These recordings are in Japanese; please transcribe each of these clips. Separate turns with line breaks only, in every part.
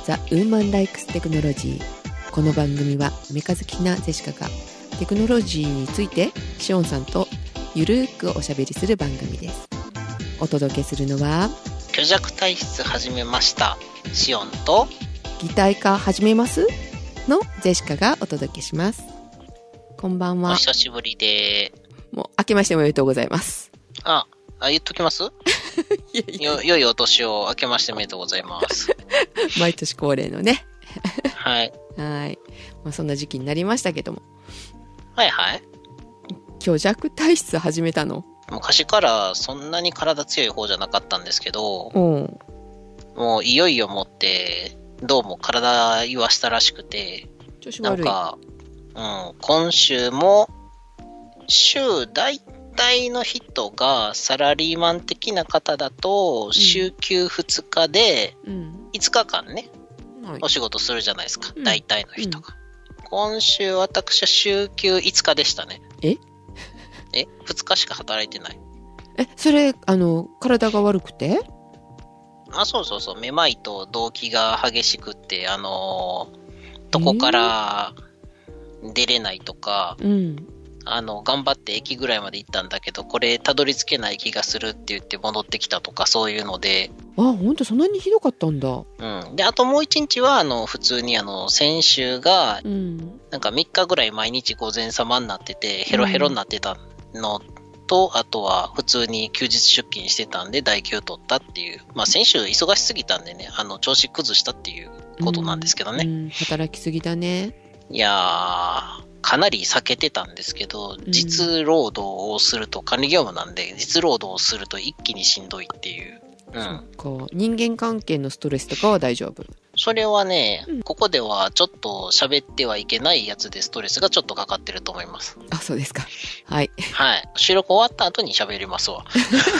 The Woman Likes Technology。 この番組はメカ好きなジェシカがテクノロジーについてシオンさんとゆるーくおしゃべりする番組です。お届けするのは
虚弱体質始めましたシオンと
擬態化始めますのジェシカがお届けします。こんばんは。
お久しぶりで。
もう明けましておめでとうございます。
言っときます良いお年を明けましておめでとうございます。
毎年恒例のね
はい
はい、そんな時期になりましたけども、
はいはい。
虚弱体質始めたの？
昔からそんなに体強い方じゃなかったんですけど、もういよいよもってどうも体言わしたらしくて、
調子悪い。
今週も週大体の人がサラリーマン的な方だと週休2日で5日間ね、お仕事するじゃないですか、大体の人が。今週私は週休5日でしたね。2日しか働いてない。
それ体が悪くて？
そうそうそう、めまいと動悸が激しくってどこから出れないとか、頑張って駅ぐらいまで行ったんだけどこれたどり着けない気がするって言って戻ってきたとか、そういうので。
本当そんなにひどかったんだ。
であともう1日は普通に先週が、なんか3日ぐらい毎日午前様になっててヘロヘロになってたのと、あとは普通に休日出勤してたんで代休取ったっていう、先週忙しすぎたんでね、調子崩したっていうことなんですけどね。
働きすぎだね。
いやー、かなり避けてたんですけど、実労働をすると、管理業務なんで実労働をすると一気にしんどいっていう。
人間関係のストレスとかは大丈夫？そ
れはね、ここではちょっと喋ってはいけないやつでストレスがちょっとかかってると思います。
そうですか。はい。
はい。収録終わった後に喋りますわ。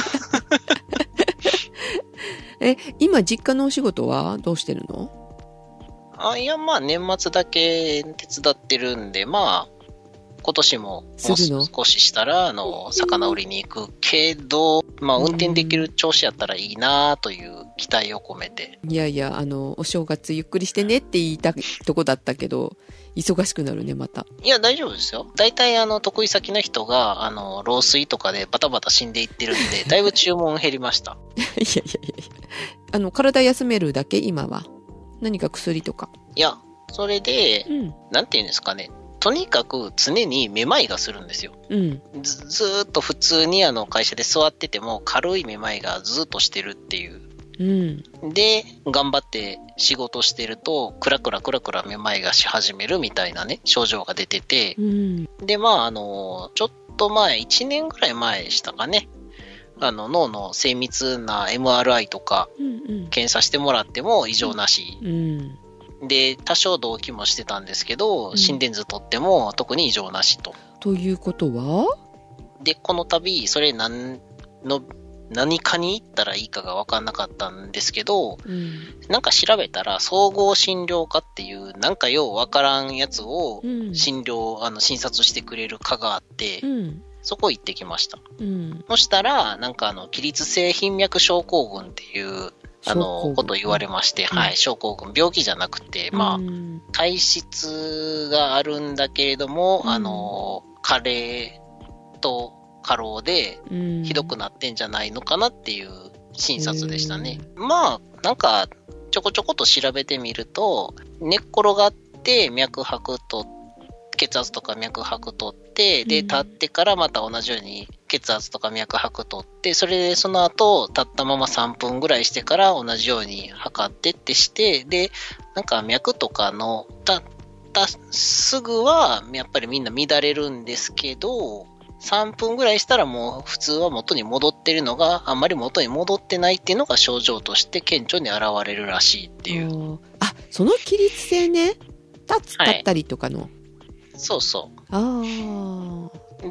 今実家のお仕事はどうしてるの？
いや、年末だけ手伝ってるんで、今年ももう少ししたら、魚売りに行くけど、運転できる調子やったらいいなという期待を込めて。い
やいや、お正月ゆっくりしてねって言いたいとこだったけど、忙しくなるね、また。い
や、大丈夫ですよ。大体、得意先の人が、老衰とかでバタバタ死んでいってるんで、だいぶ注文減りました。
いや、体休めるだけ、今は。何か薬とか？い
や、それで、なんていうんですかね。とにかく常にめまいがするんですよ。ずーっと普通に会社で座ってても軽いめまいがずっとしてるっていう。で、頑張って仕事してるとクラクラめまいがし始めるみたいなね、症状が出てて。で、ちょっと前、1年ぐらい前でしたかね。脳の精密な MRI とか検査してもらっても異常なし。で、多少動悸もしてたんですけど、心電図取っても特に異常なしと。
ということは？
で、この度、それ何かに行ったらいいかが分かんなかったんですけど、なんか調べたら、総合診療科っていう、なんかよう分からんやつを診察してくれる科があって、そこ行ってきました。そしたら、なんか起立性頻脈症候群っていう、こと言われまして、症候群、病気じゃなくて、体質があるんだけれども、加齢と過労でひどくなってんじゃないのかなっていう診察でしたね。なんか、ちょこちょこと調べてみると、寝っ転がって脈拍と血圧とか脈拍取って、で、立ってからまた同じように血圧とか脈拍取って、それでその後、立ったまま3分ぐらいしてから同じように測ってってして、で、なんか脈とかの、すぐはやっぱりみんな乱れるんですけど、3分ぐらいしたらもう普通は元に戻ってるのがあんまり元に戻ってないっていうのが症状として顕著に現れるらしいっていう。
その起立性ね。立ったりとかの。
そうそう。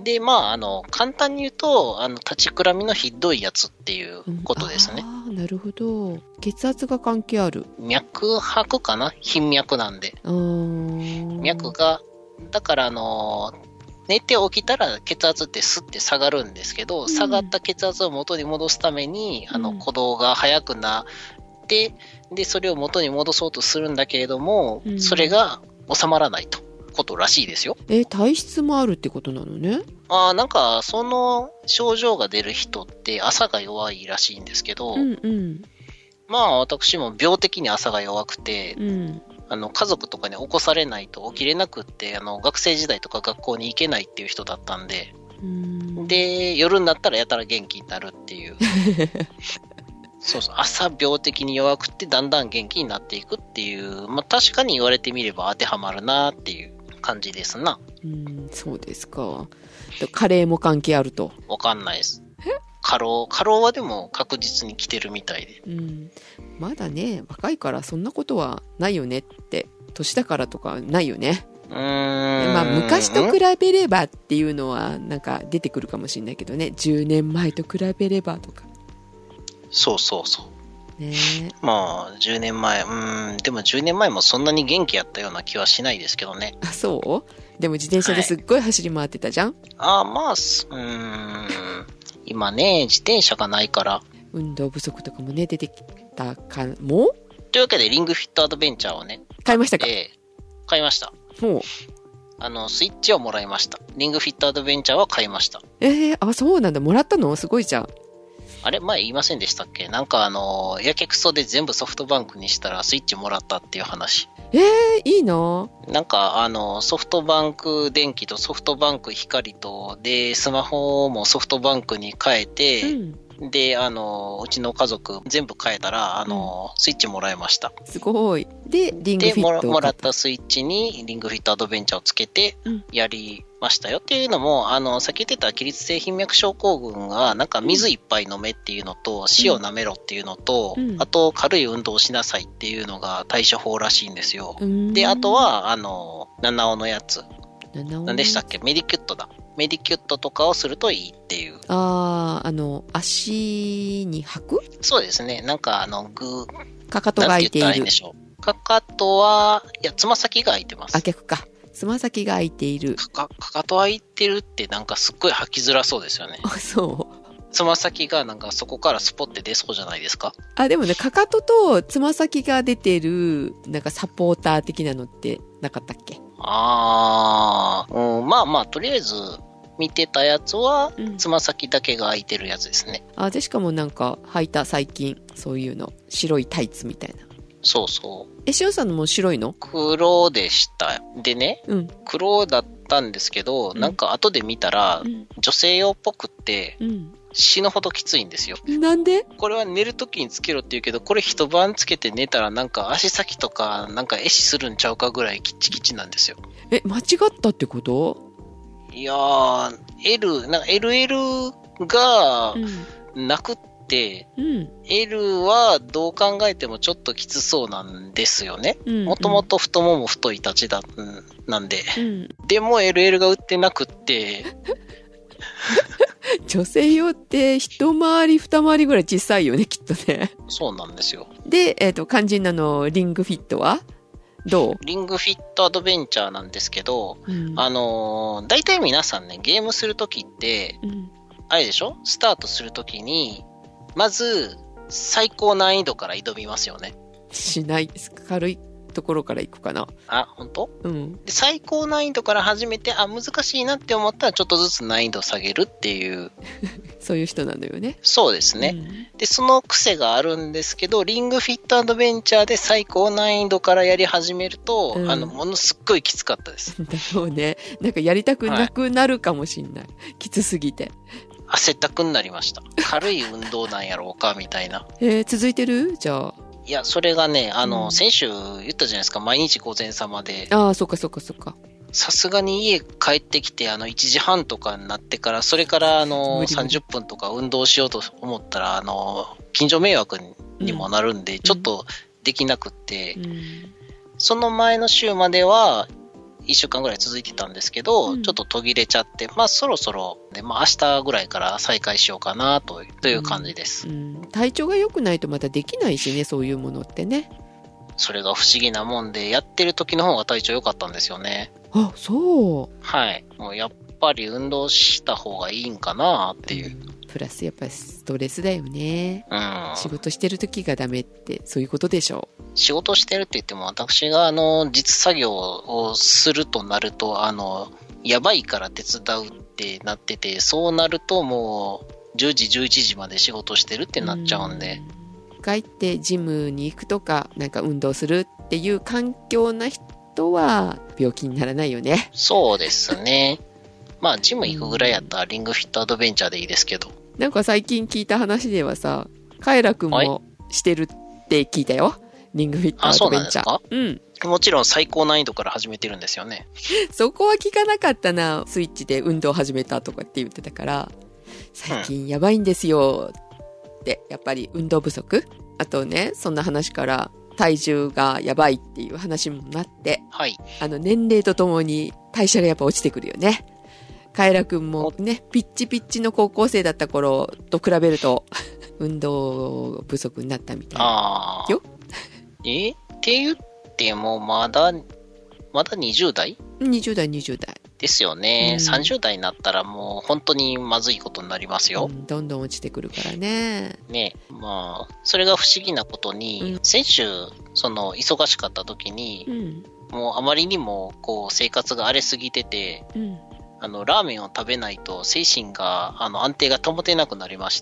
で、簡単に言うと、立ちくらみのひどいやつっていうことですね。
なるほど。血圧が関係ある。
脈拍かな？頻脈なんで。脈が、だから寝て起きたら血圧ってスッて下がるんですけど、下がった血圧を元に戻すために、鼓動が速くなて、で、それを元に戻そうとするんだけれども、
うん、
それが収まらないと。ことらしいですよ。
体質もあるってことなのね。
なんか、その症状が出る人って朝が弱いらしいんですけど、
うんうん、
まあ私も病的に朝が弱くて、
うん、
家族とかに起こされないと起きれなくって、学生時代とか学校に行けないっていう人だったんで、で、夜になったらやたら元気になるっていう。そうそう、朝病的に弱くてだんだん元気になっていくっていう、まあ確かに言われてみれば当てはまるなっていう感じですな。
そうですか。カレーも関係あると。
わかんないです。過労はでも確実に来てるみたいで。
まだね、若いからそんなことはないよねって、年だからとかないよね。まあ昔と比べればっていうのはなんか出てくるかもしれないけどね、10年前と比べればとか。
そうそうそう。ね、まあ10年前、でも10年前もそんなに元気やったような気はしないですけどね。
あ、そう？でも自転車ですっごい走り回ってたじゃん。
まあ、今ね、自転車がないから。
運動不足とかもね、出てきたかも。
というわけで、リングフィットアドベンチャーをね。
買いましたか？
買いました。
もう。
スイッチをもらいました。リングフィットアドベンチャーは買いました。
そうなんだ。もらったの？すごいじゃん。
あれ前言いませんでしたっけ？なんかやけくそで全部ソフトバンクにしたらスイッチもらったっていう話。
いいな。
なんかソフトバンク電気とソフトバンク光とでスマホもソフトバンクに変えて、でうちの家族全部変えたらスイッチもらいました。
すごい。でリングフィットを
もらったスイッチにリングフィットアドベンチャーをつけてやりましたよっていうのも、さっき言ってた起立性頻脈症候群がなんか水いっぱい飲めっていうのと、塩舐めろっていうのと、あと軽い運動をしなさいっていうのが対処法らしいんですよ。で、あとは七尾のやつ、何でしたっけ？メディキュットだ。メディキュットとかをするといいっていう。
足に履く？
そうですね。なんか
かかとが空いている。
かかとは、いや、つま先が空いてます。
逆か。つま先が空いている。
かかと空いてるってなんかすっごい履きづらそうですよね。
そう。
つま先がなんかそこからスポって出そうじゃないですか？
でもね、かかととつま先が出てる、なんかサポーター的なのってなかったっけ？ま
あまあ、とりあえず見てたやつは、つま先だけが空いてるやつですね。
で、しかもなんか履いた最近、そういうの、白いタイツみたいな。
そうそう。
塩さんのも白いの？
黒でした。でね、黒だったんですけど、なんか後で見たら、女性用っぽくって、死ぬほどきついんですよ。
なんで？
これは寝るときにつけろって言うけど、これ一晩つけて寝たらなんか足先とかなんか壊死するんちゃうかぐらいキッチキチなんですよ。
間違ったってこと？
いやー、なんか LL がなくって、L はどう考えてもちょっときつそうなんですよね。もともと太もも太い立ちだなんで。でも LL が売ってなくって、
女性用って一回り二回りぐらい小さいよね、きっとね。
そうなんですよ。
で、肝心なのリングフィットはどう？
リングフィットアドベンチャーなんですけど、大体皆さんね、ゲームするときって、あれでしょ？スタートするときに、まず、最高難易度から挑みますよね。
しないです。軽いところから行くかな。
本当？で、最高難易度から始めて、難しいなって思ったらちょっとずつ難易度下げるっていう。
そういう人なんだよね。
そうですね。で、その癖があるんですけど、リングフィットアドベンチャーで最高難易度からやり始めると、ものすっごいきつかったです。
だろうね。なんかやりたくなくなるかもしんない。きつすぎて。
汗だくになりました。軽い運動なんやろうか、みたいな。
続いてる？じゃあ。
いや、それがね、先週言ったじゃないですか、毎日午前様で。
そっかそっかそっか。
さすがに家帰ってきて、1時半とかになってから、それから30分とか運動しようと思ったら、近所迷惑にもなるんで、ちょっとできなくって、その前の週までは、1週間ぐらい続いてたんですけど、ちょっと途切れちゃって、そろそろ、明日ぐらいから再開しようかなという感じです。
体調が良くないとまたできないしね、そういうものってね。
それが不思議なもんで、やってる時の方が体調良かったんですよね。
そう。
はい。もうやっぱり運動した方がいいんかなっていう。
プラスやっぱりストレスだよね。
うん。
仕事してる時がダメってそういうことでしょう。
仕事してるって言っても、私が実作業をするとなると、やばいから手伝うってなってて、そうなるともう10時11時まで仕事してるってなっちゃうんで。
帰ってジムに行くとか、なんか運動するっていう環境な人は病気にならないよね。
そうですね。まあジム行くぐらいやったらリングフィットアドベンチャーでいいですけど。
なんか最近聞いた話ではさ、カエラくんもしてるって聞いたよ。リングフィットアドベンチャー。
あ、そうなんですか？うん。もちろん最高難易度から始めてるんですよね。
そこは聞かなかったな。スイッチで運動始めたとかって言ってたから、最近やばいんですよって、やっぱり運動不足？あとね、そんな話から体重がやばいっていう話もなって、
はい。
年齢とともに代謝がやっぱ落ちてくるよね。カエラくんもね、ピッチピッチの高校生だった頃と比べると運動不足になったみたいよ。
って言ってもまだ20代
?20 代、20代。
ですよね、30代になったらもう本当にまずいことになりますよ。
どんどん落ちてくるからね。
ね、まあ、それが不思議なことに、先週、忙しかった時に、もうあまりにも、生活が荒れすぎてて、ラーメンを食べないと精神が、安定が保てなくなりまして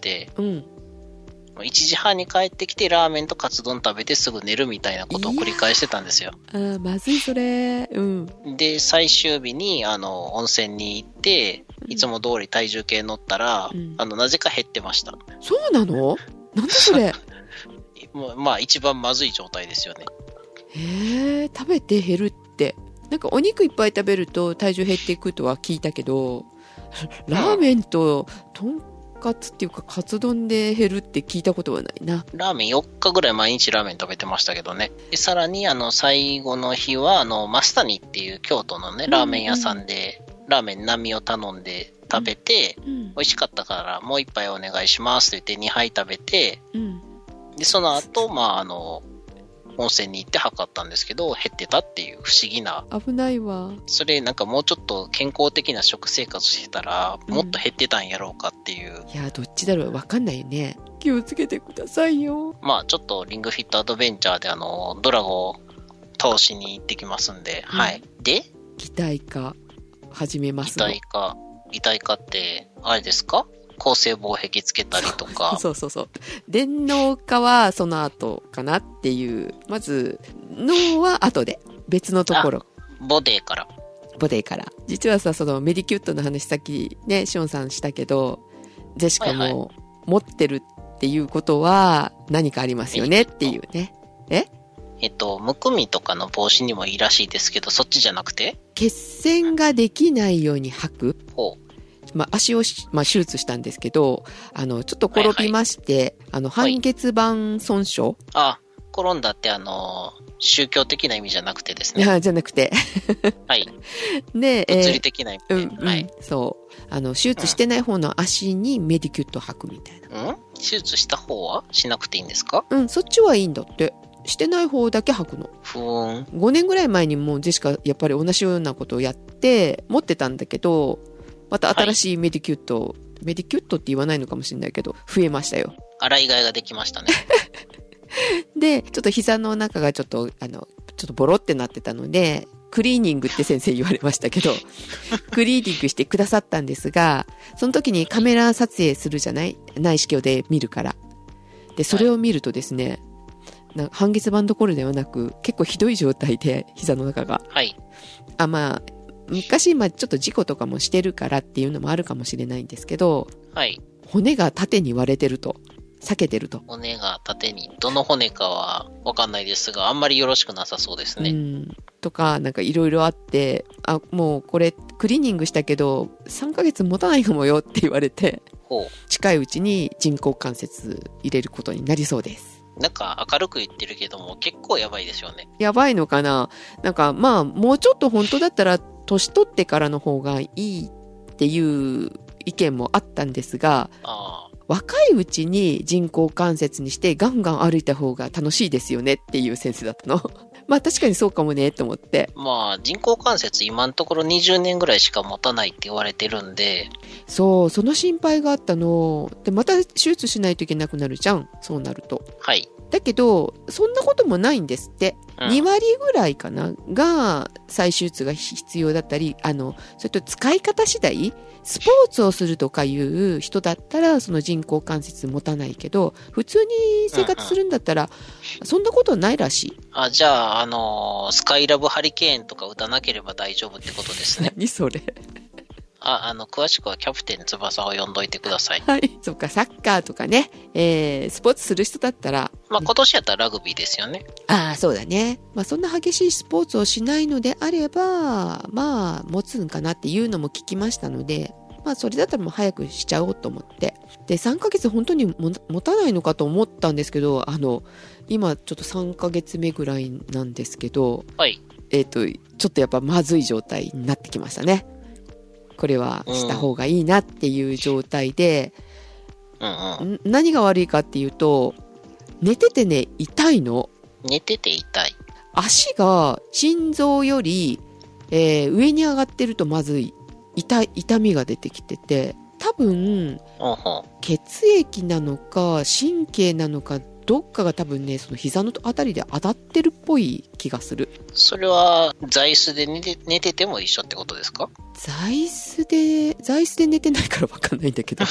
、1時半に帰ってきてラーメンとカツ丼食べてすぐ寝るみたいなことを繰り返してたんですよ。
まずいそれ。
で、最終日に、温泉に行って、いつも通り体重計乗ったら、なぜか減ってました。
そうなの？なんでそれ？
まあ、一番まずい状態ですよね。
食べて減るって。なんかお肉いっぱい食べると体重減っていくとは聞いたけど、ラーメンととんかつっていうかカツ丼で減るって聞いたことはないな。
ラーメン4日ぐらい毎日ラーメン食べてましたけどね。でさらに最後の日は増谷っていう京都のねラーメン屋さんで、ラーメン並を頼んで食べて、美味しかったからもう一杯お願いしますって言って2杯食べて、でその後温泉に行って測ったんですけど減ってたっていう不思議な。
危ないわ。
それなんかもうちょっと健康的な食生活してたらもっと減ってたんやろうかっていう、
いやどっちだろう分かんないよね。気をつけてくださいよ。
まあちょっとリングフィットアドベンチャーでドラゴを倒しに行ってきますんで、はい。で
擬態化始めますの。
擬態化ってあれですか？抗生防壁つけたりとか。
そう。電脳化はその後かなっていう。まず、脳は後で。別のところ。
ボディから。
実はさ、そのメディキュットの話さっきね、シオンさんしたけど、ジェシカも持ってるっていうことは何かありますよねっていうね。
むくみとかの防止にもいいらしいですけど、そっちじゃなくて？
血栓ができないように吐く。
ほう。
足を手術したんですけど、ちょっと転びまして、半月板損傷、
転んだって宗教的な意味じゃなくてですね。
じゃなくて。
はい。
で、
物理的な意味で。はい。
そう。手術してない方の足にメディキュット履くみたいな。
手術した方はしなくていいんですか？
そっちはいいんだって。してない方だけ履くの。5年ぐらい前にもうジェシカやっぱり同じようなことをやって持ってたんだけど、また新しいメディキュット、メディキュットって言わないのかもしれないけど、増えましたよ。
洗い替えができましたね。
で、ちょっと膝の中がちょっとボロってなってたので、クリーニングって先生言われましたけど、クリーニングしてくださったんですが、その時にカメラ撮影するじゃない？内視鏡で見るから。で、それを見るとですね、半月板どころではなく、結構ひどい状態で、膝の中が。
はい。
昔ちょっと事故とかもしてるからっていうのもあるかもしれないんですけど、
はい。
骨が縦に割れてると、裂けてると。
骨が縦に、どの骨かはわかんないですが、あんまりよろしくなさそうですね。
とか、なんかいろいろあって、もうこれクリーニングしたけど、3ヶ月持たないかもよって言われて、近いうちに人工関節入れることになりそうです。
なんか明るく言ってるけども結構やばいですよね。
やばいのかな？なんかもうちょっと本当だったら年取ってからの方がいいっていう意見もあったんですが、若いうちに人工関節にしてガンガン歩いた方が楽しいですよねっていう先生だったの。 まあ確かにそうかもねと思って。
まあ人工関節今のところ20年ぐらいしか持たないって言われてるんで。
そう、その心配があったの。で、また手術しないといけなくなるじゃん。そうなると。
はい。
だけど、そんなこともないんですって。2割ぐらいかなが再手術が必要だったり、それと使い方次第、スポーツをするとかいう人だったら、その人工関節持たないけど、普通に生活するんだったら、そんなことないらしい。
じゃあ、スカイラブハリケーンとか打たなければ大丈夫ってことですね。
何それ。
詳しくはキャプテン翼を読んどいてください。
はい。そっか、サッカーとかね、スポーツする人だったら。
まあ、今年やったらラグビーですよね。
ああ、そうだね。まあ、そんな激しいスポーツをしないのであれば、まあ、持つんかなっていうのも聞きましたので、まあ、それだったらもう早くしちゃおうと思って。で、3ヶ月本当に持たないのかと思ったんですけど、今ちょっと3ヶ月目ぐらいなんですけど、
はい。
ちょっとやっぱまずい状態になってきましたね。これはした方がいいなっていう状態で、何が悪いかっていうと、寝ててね、痛いの。
寝てて痛い。
足が心臓より、上に上がってるとまず痛みが出てきてて、多分、血液なのか神経なのかどっかが多分ね、その膝のあたりで当たってるっぽい気がする。
それは座椅子で寝てても一緒ってことですか？
座椅子で寝てないから分かんないんだけど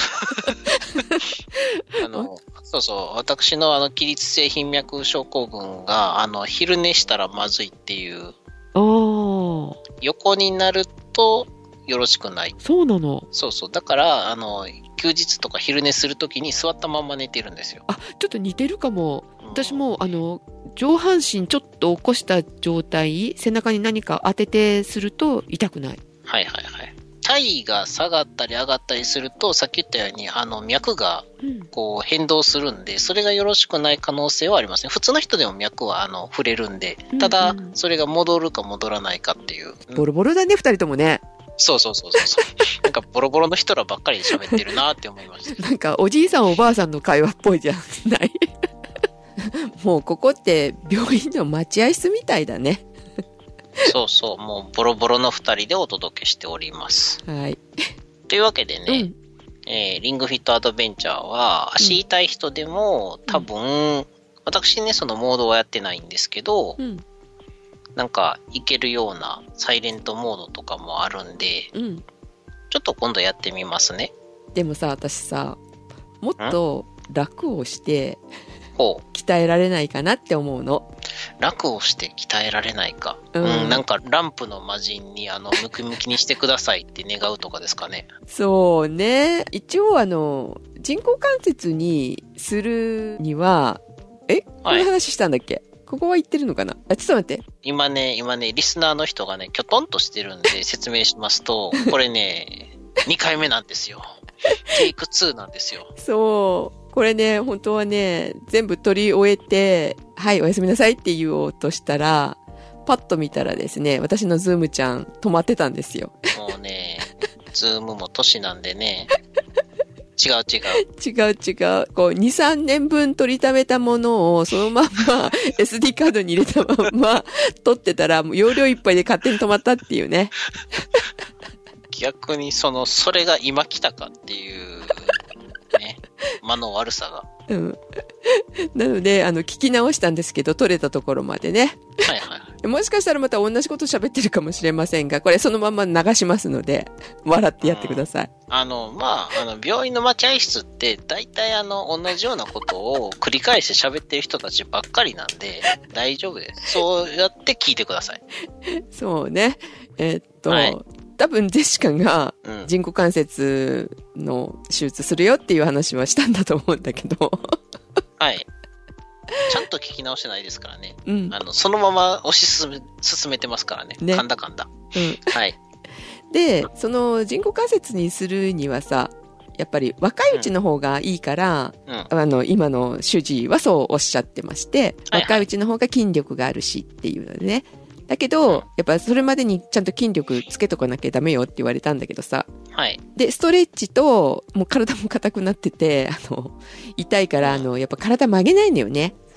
そうそう、私の起立性頻脈症候群が昼寝したらまずいっていう。横になるとよろしくない。
そうなの。
そうそう。だから休日とか昼寝するときに座ったまま寝てるんですよ。
ちょっと似てるかも。私も上半身ちょっと起こした状態、背中に何か当ててすると痛くない。
はいはいはい。体位が下がったり上がったりすると、さっき言ったように脈がこう変動するんで、それがよろしくない可能性はありますね。普通の人でも脈は触れるんで、ただそれが戻るか戻らないかっていう。
ボロボロだね、二人ともね。
そうなんかボロボロの人らばっかり喋ってるなって思いました。
なんかおじいさんおばあさんの会話っぽいじゃないもうここって病院の待合室みたいだね。
そうそう、もうボロボロの2人でお届けしております。
はい。
というわけでね、リングフィットアドベンチャーは足痛い人でも多分、私ね、そのモードはやってないんですけど、なんかいけるようなサイレントモードとかもあるんで、ちょっと今度やってみますね。
でもさ、私さ、もっと楽をして
鍛
えられないかなって思うの。
楽をして鍛えられないか。なんかランプの魔人にムキムキにしてくださいって願うとかですかね。
そうね。一応人工関節にするには、この話したんだっけ？ここは言ってるのかな？ちょっと待って。
今ね、リスナーの人がね、きょとんとしてるんで説明しますと、これね、2回目なんですよ。テイク2なんですよ。
そう。これね、本当はね、全部取り終えて、はい、おやすみなさいって言おうとしたら、パッと見たらですね、私のズームちゃん止まってたんですよ。
もうね、ズームも年なんでね、違う。
こう、2、3年分取りためたものを、そのまんま SD カードに入れたまんま取ってたら、もう容量いっぱいで勝手に止まったっていうね。
逆にそれが今来たかっていう、ね、間の悪さが。
なので、聞き直したんですけど、取れたところまでね。
はいはい。
もしかしたらまた同じこと喋ってるかもしれませんが、これそのまま流しますので、笑ってやってください。
病院の待合室って、大体同じようなことを繰り返して喋ってる人たちばっかりなんで、大丈夫です。そうやって聞いてください。
そうね。
はい、
多分ジェシカが人工関節の手術するよっていう話はしたんだと思うんだけど。
はい。ちゃんと聞き直してないですからね。そのまま推し進めてますからね。噛んだ。はい。
で、その人工関節にするにはさ、やっぱり若いうちの方がいいから、今の主治医はそうおっしゃってまして、若いうちの方が筋力があるしっていうのでね。だけど、やっぱそれまでにちゃんと筋力つけとかなきゃダメよって言われたんだけどさ。
はい。
で、ストレッチと、もう体も硬くなってて、痛いから、やっぱ体曲げないんだよね。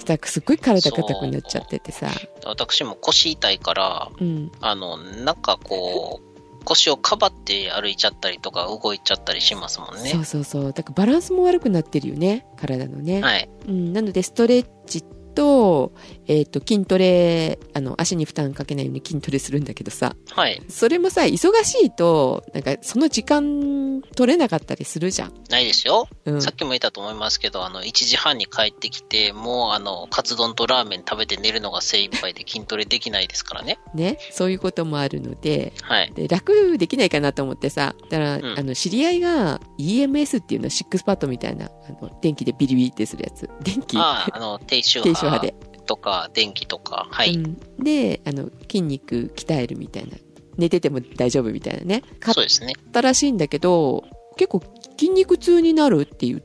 だからすっごい体硬くなっちゃっててさ。
私も腰痛いから、
うん、
なんかこう、腰をかばって歩いちゃったりとか動いちゃったりしますもんね。
そうそうそう。だからバランスも悪くなってるよね、体のね。
はい。
うん、なのでストレッチと、筋トレ、足に負担かけないように筋トレするんだけどさ。
はい。
それもさ、忙しいと、なんかその時間取れなかったりするじゃん。
ないですよ。
うん、
さっきも言ったと思いますけど、1時半に帰ってきて、もうカツ丼とラーメン食べて寝るのが精一杯で筋トレできないですからね。
ね。そういうこともあるので、
はい。
で楽できないかなと思ってさ、だから、
うん、
知り合いが EMS っていうのはシックスパッドみたいな、電気でビリビリってするやつ。電気
低周
低周波で。
とか、電気とか、はい。
うん、で、筋肉鍛えるみたいな。寝てても大丈夫みたいなね。
そうですね。
買ったらしいんだけど、結構筋肉痛になるって言って、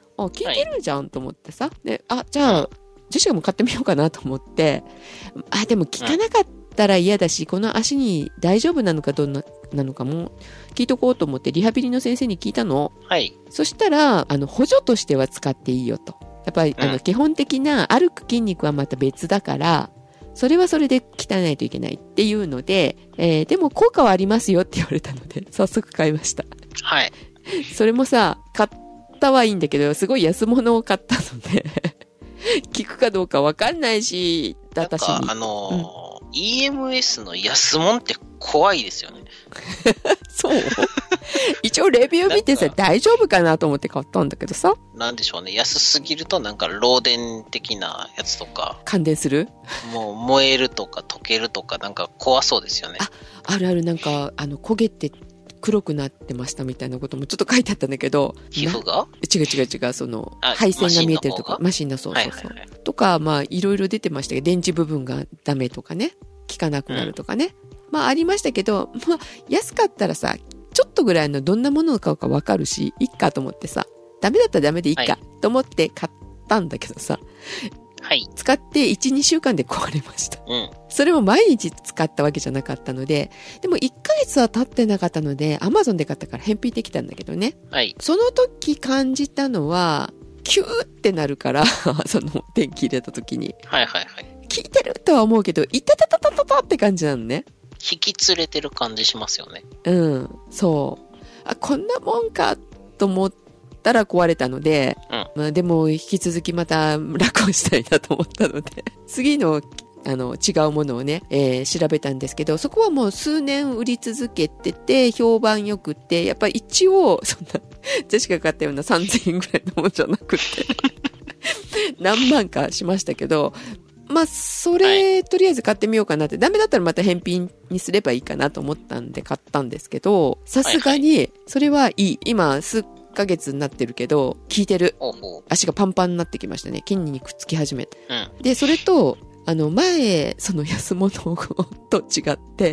あ、効いてるじゃんと思ってさ。はい、で、じゃあ、ジェシカも買ってみようかなと思って、でも効かなかったら嫌だし、この足に大丈夫なのかどうなのかも聞いとこうと思ってリハビリの先生に聞いたの。
はい。
そしたら、補助としては使っていいよと。やっぱり、基本的な歩く筋肉はまた別だから、それはそれで鍛えないといけないっていうので、でも効果はありますよって言われたので、早速買いました。
はい。
それもさ、買ったはいいんだけど、すごい安物を買ったので、効くかどうかわかんないし、私に。
EMS の安物って怖いですよね。
そう一応レビュー見てさ、大丈夫かなと思って買ったんだけどさ。
なんでしょうね。安すぎるとなんか漏電的なやつとか。
感電する？
もう燃えるとか溶けるとかなんか怖そうですよね。
あるある、なんか、焦げて黒くなってましたみたいなこともちょっと書いてあったんだけど。
皮膚が？
違う、配線が見えてるとか、マシンのそう、はいはいはい、とか、まあ、いろいろ出てましたけど、電池部分がダメとかね、効かなくなるとかね。まあ、ありましたけど、まあ、安かったらさ、ちょっとぐらいのどんなものを買うかわかるし、いっかと思ってさ、ダメだったらダメでいいか、と思って買ったんだけどさ、
はい。
使って1、2週間で壊れました。
うん。
それも毎日使ったわけじゃなかったので、でも1ヶ月は経ってなかったので、Amazon で買ったから返品できたんだけどね。
はい。
その時感じたのは、キューってなるから、その電気入れた時に。
はいはいはい。
効いてるとは思うけど、いたたたたたたって感じなのね。
引き連れてる感じしますよね。
うん、そう。こんなもんかと思ったら壊れたので、まあでも引き続きまた楽をしたいなと思ったので、次の違うものをね、調べたんですけど、そこはもう数年売り続けてて、評判良くて、やっぱり一応、そんな、ジェシカが買ったような3000円ぐらいのもんじゃなくて、何万かしましたけど、まあ、それ、はい、とりあえず買ってみようかなって、ダメだったらまた返品にすればいいかなと思ったんで買ったんですけど、さすがに、それはいい。今、数ヶ月になってるけど、効いてる。足がパンパンになってきましたね。筋肉つき始めて。
うん、
で、それと、前、その安物と違って、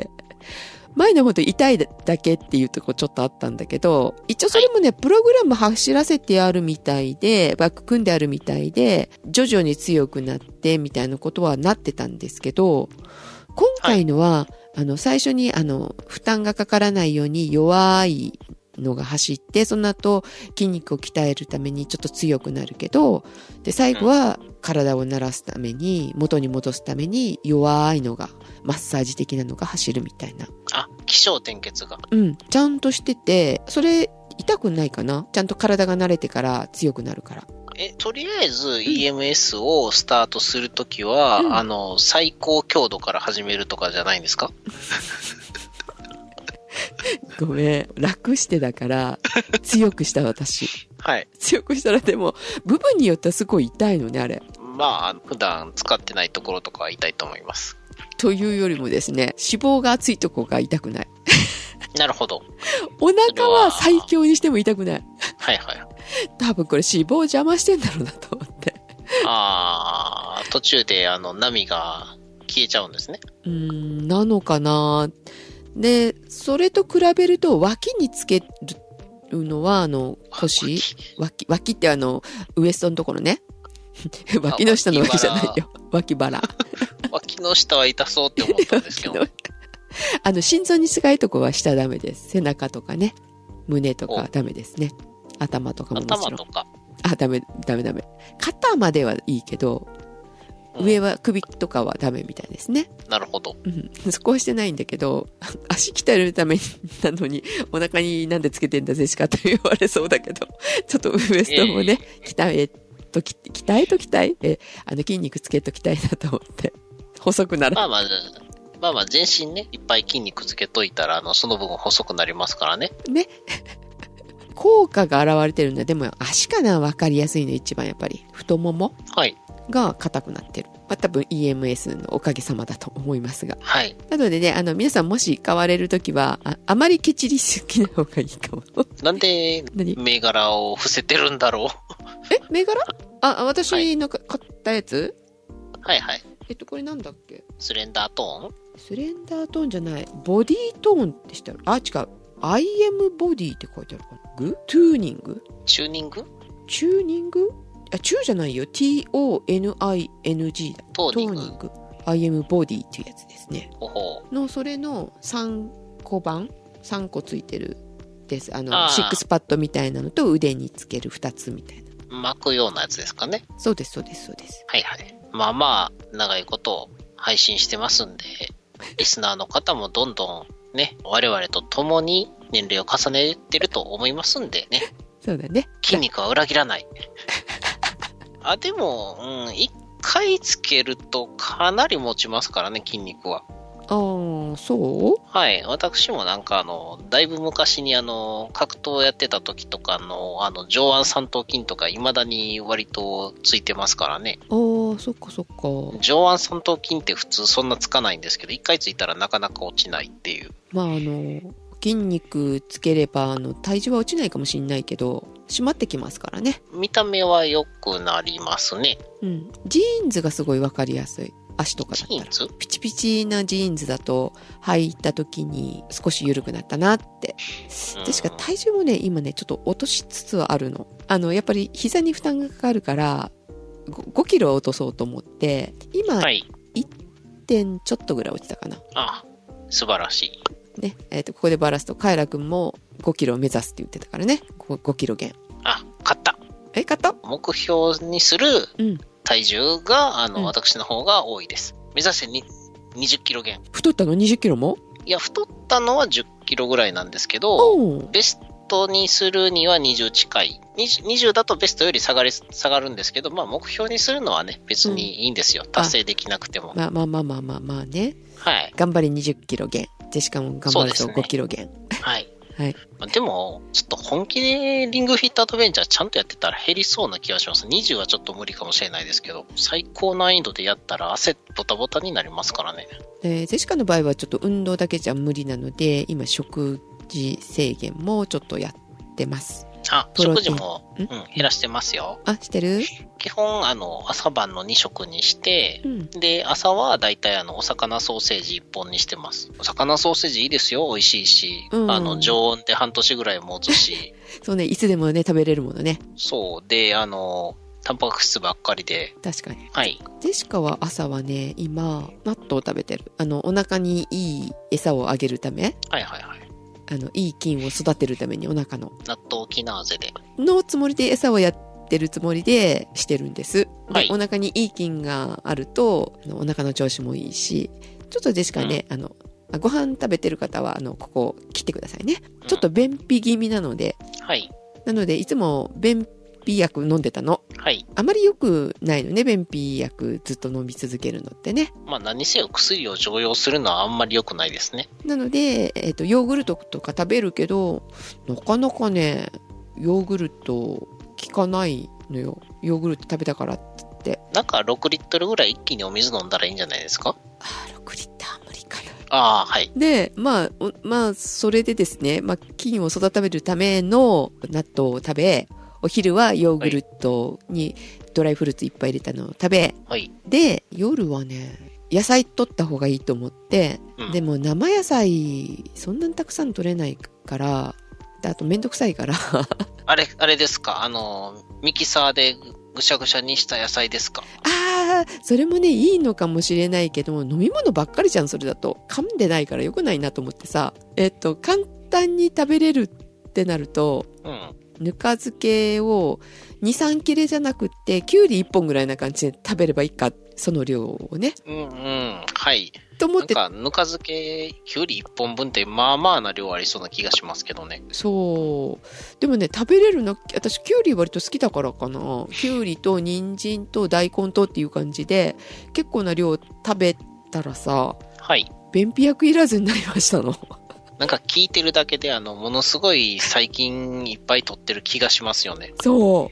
前のほど痛いだけっていうとこちょっとあったんだけど、一応それもね、はい、プログラム走らせてあるみたいで、バック組んであるみたいで、徐々に強くなってみたいなことはなってたんですけど、今回のは、はい、最初に負担がかからないように弱いのが走って、その後筋肉を鍛えるためにちょっと強くなるけど、で、最後は体を慣らすために、元に戻すために弱いのが、マッサージ的なのが走るみたいな。
起承転結が。
うん、ちゃんとしてて、それ痛くないかな？ちゃんと体が慣れてから強くなるから。
とりあえず EMS をスタートするときは、最高強度から始めるとかじゃないんですか？ご
めん、楽してだから強くした私。
はい。
強くしたらでも部分によってはすごい痛いのね、あれ。
まあ普段使ってないところとかは痛いと思います。
というよりもですね、脂肪が厚いとこが痛くない。
なるほど。
お腹は最強にしても痛くない。
はいはい。
多分これ脂肪を邪魔してんだろうなと思って。
途中で波が消えちゃうんですね。
なのかな。で、それと比べると脇につけるのは腰脇ってウエストのところね。脇の下の脇じゃないよ。脇腹。
脇の下は痛そうって思ったんですけど。
心臓に近いとこは下ダメです。背中とかね。胸とかダメですね。頭とかももちろん。
頭とか。
ダメ。肩まではいいけど、 上は首とかはダメみたいですね。
なるほど。
そこはしてないんだけど、足鍛えるためなのに、お腹になんでつけてんだぜしかと言われそうだけど、ちょっとウエストもね、鍛えときたい筋肉つけときたいなと思って。細くなる。
まあ全身ね、いっぱい筋肉つけといたら、その分細くなりますからね。
ね。効果が現れてるんだ。でも足かな、わかりやすいの一番やっぱり。太ももが硬くなってる。まあ、多分 EMS のおかげさまだと思いますが。
はい。
なのでね、皆さんもし買われるときは、あまりケチりすぎな方がいいかも。
なんで、銘柄を伏せてるんだろう。
銘柄？私の買ったやつ？
はいはい。
これなんだっけ？
スレンダートーン？
スレンダートーンじゃない。ボディートーンってしてある。あ、違う。I am body って書いてあるかな。トゥーニング？
チューニング？
チューニング？チューじゃないよ。TONING だ。
トーニング。
I am body っていうやつですね。
ほほ
の、それの3個版 ?3 個ついてるです。シックスパッドみたいなのと腕につける2つみたいな。
巻くようなやつですかね。
そうです、そうです、そうです。
はいはい。まあ、長いこと配信してますんで、リスナーの方もどんどんね、我々と共に年齢を重ねてると思いますんでね。
そうだね。
筋肉は裏切らない。でも、一回つけるとかなり持ちますからね、筋肉は。
そう？
はい。私もだいぶ昔に格闘やってた時とか上腕三頭筋とか未だに割とついてますからね。
そっかそっか。
上腕三頭筋って普通そんなつかないんですけど、一回ついたらなかなか落ちないっていう。
まあ筋肉つければ体重は落ちないかもしれないけど、締まってきますからね。
見た目は良くなりますね。
ジーンズがすごいわかりやすい。足とかだったら。ピチピチなジーンズだと履いた時に少し緩くなったなって。確か体重もね、今ね、ちょっと落としつつはあるの。やっぱり膝に負担がかかるから、5キロは落とそうと思って、今、1. 点ちょっとぐらい落ちたかな。
素晴らしい。
ね、ここでバラすと、カエラくんも5キロを目指すって言ってたからね。5キロ減。
勝った。
勝った？
目標にする体重が、私の方が多いです。目指して20キロ減。
太ったの20キロも？
いや、太ったのは10キロぐらいなんですけど、ベストにするには20近い。20だとベストより下がるんですけど、まあ目標にするのはね、別にいいんですよ。達成できなくても。まあ
ね。
はい。
頑張り20キロ減。ジェシカも頑張ると5キロ減。
はい。でも、ちょっと本気でリングフィットアドベンチャーちゃんとやってたら減りそうな気がします。20はちょっと無理かもしれないですけど、最高難易度でやったら汗ボタボタになりますからね。
ジェシカの場合はちょっと運動だけじゃ無理なので、今食事制限もちょっとやってます。
食事も、減らしてますよ。
してる？
基本、朝晩の2食にして、で、朝はだいたいお魚ソーセージ1本にしてます。お魚ソーセージいいですよ。美味しいし、常温で半年ぐらい持つし。
そうね、いつでもね、食べれるものね。
そう。で、タンパク質ばっかりで。
確かに。
はい。
ジェシカは朝はね、今、納豆を食べてる。お腹にいい餌をあげるため。いい菌を育てるためにお腹の。
納豆キナーゼで。
のつもりで餌をやってるつもりでしてるんです。で、お腹にいい菌があると、お腹の調子もいいし、ちょっとジェシカね、ご飯食べてる方は、ここ切ってくださいね。ちょっと便秘気味なので。なので、いつも便秘薬飲んでたの。あまり良くないのね、便秘薬ずっと飲み続けるのってね。
まあ何せよ薬を常用するのはあんまり良くないですね。
なので、ヨーグルトとか食べるけど、なかなかね、ヨーグルト効かないのよ。ヨーグルト食べたからって。
なんか6リットルぐらい一気にお水飲んだらいいんじゃないですか
？6リッター無理かな。で、まあ、それでですね、菌を育てるための納豆を食べ、お昼はヨーグルトにドライフルーツいっぱい入れたのを食べ、で、夜はね、野菜取った方がいいと思って、でも生野菜そんなにたくさん取れないから、あとめんどくさいから
あれですか、ミキサーでぐしゃぐしゃにした野菜ですか？
それもね、いいのかもしれないけど、飲み物ばっかりじゃん、それだと。噛んでないから良くないなと思ってさ、簡単に食べれるってなると、 ぬか漬けを2、3切れじゃなくって、きゅうり1本ぐらいな感じで食べればいいか、その量をね。
はい。
と思って。
なんか、ぬか漬け、きゅうり1本分ってまあまあな量ありそうな気がしますけどね。
そう。でもね、食べれるの、私きゅうり割と好きだからかな。きゅうりと人参と大根とっていう感じで、結構な量食べたらさ、
はい。
便秘薬いらずになりましたの。
なんか聞いてるだけで、ものすごい最近いっぱい取ってる気がしますよね。
そう。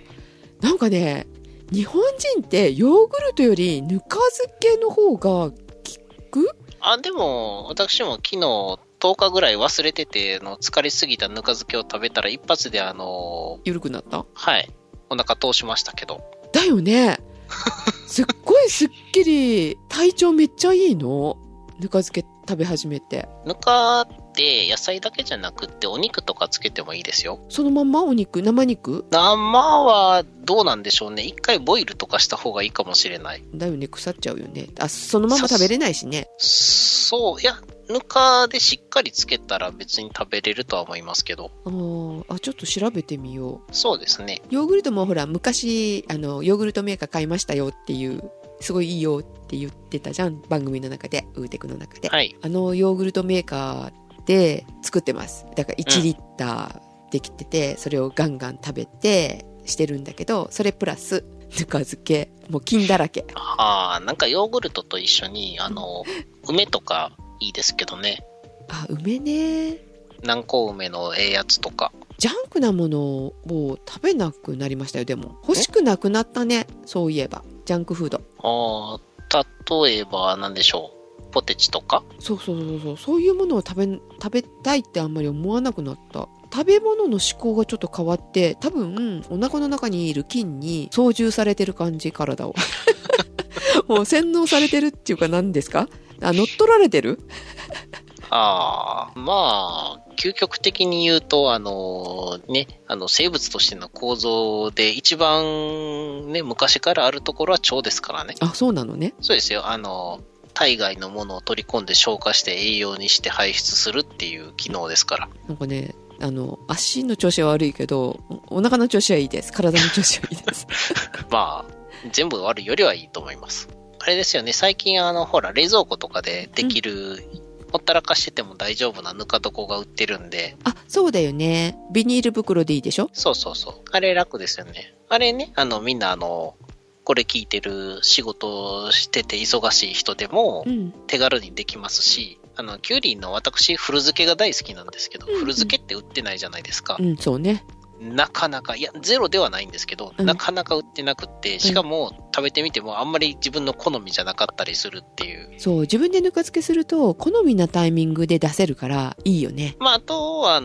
なんかね、日本人ってヨーグルトよりぬか漬けの方が効く？
でも、私も昨日10日ぐらい忘れてて、疲れすぎたぬか漬けを食べたら一発で
緩くなった？
はい。お腹通しましたけど。
だよね。すっごいすっきり、体調めっちゃいいの。ぬか漬け食べ始めて。
ぬかって野菜だけじゃなくってお肉とかつけてもいいですよ。
そのまんまお肉？生肉？
生はどうなんでしょうね。一回ボイルとかした方がいいかもしれない。
だよね、腐っちゃうよね。そのまま食べれないしね。
そう、いや、ぬかでしっかりつけたら別に食べれるとは思いますけど。
ちょっと調べてみよう。
そうですね。
ヨーグルトもほら、昔、ヨーグルトメーカー買いましたよっていう、すごいいいよって言ってたじゃん、番組の中で、ウーテクの中で。
はい。
ヨーグルトメーカーで作ってます。だから1リッターできてて、それをガンガン食べてしてるんだけど、それプラス、ぬか漬け、もう菌だらけ。
なんかヨーグルトと一緒に、梅とかいいですけどね。
梅ね。
南高梅のやつとか。
ジャンクなものを食べなくなりましたよ。でも欲しくなくなったね。そういえばジャンクフード。
例えば何でしょう。ポテチとか。
そういうものを食べたいってあんまり思わなくなった。食べ物の思考がちょっと変わって、多分お腹の中にいる菌に操縦されてる感じ、体をもう洗脳されてるっていうか、何ですか、乗っ取られてる
まあ究極的に言うと生物としての構造で一番ね、昔からあるところは腸ですからね。
そうなのね。
そうですよ。体外のものを取り込んで消化して栄養にして排出するっていう機能ですから。
なんかね、足の調子は悪いけど、お腹の調子はいいです。体の調子はいいです
まあ全部悪いよりはいいと思います。あれですよね、最近ほら冷蔵庫とかでできる、ほったらかしてても大丈夫なぬか床が売ってるんで。
そうだよね。ビニール袋でいいでしょ。
そう。あれ楽ですよね。あれね、みんなこれ聞いてる仕事してて忙しい人でも手軽にできますし、キュウリの私古漬けが大好きなんですけど、古漬けって売ってないじゃないですか。
そうね。
なかなか、いやゼロではないんですけど、なかなか売ってなくって、しかも食べてみてもあんまり自分の好みじゃなかったりするっていう。
そう、自分でぬか漬けすると好みなタイミングで出せるからいいよね。
あとは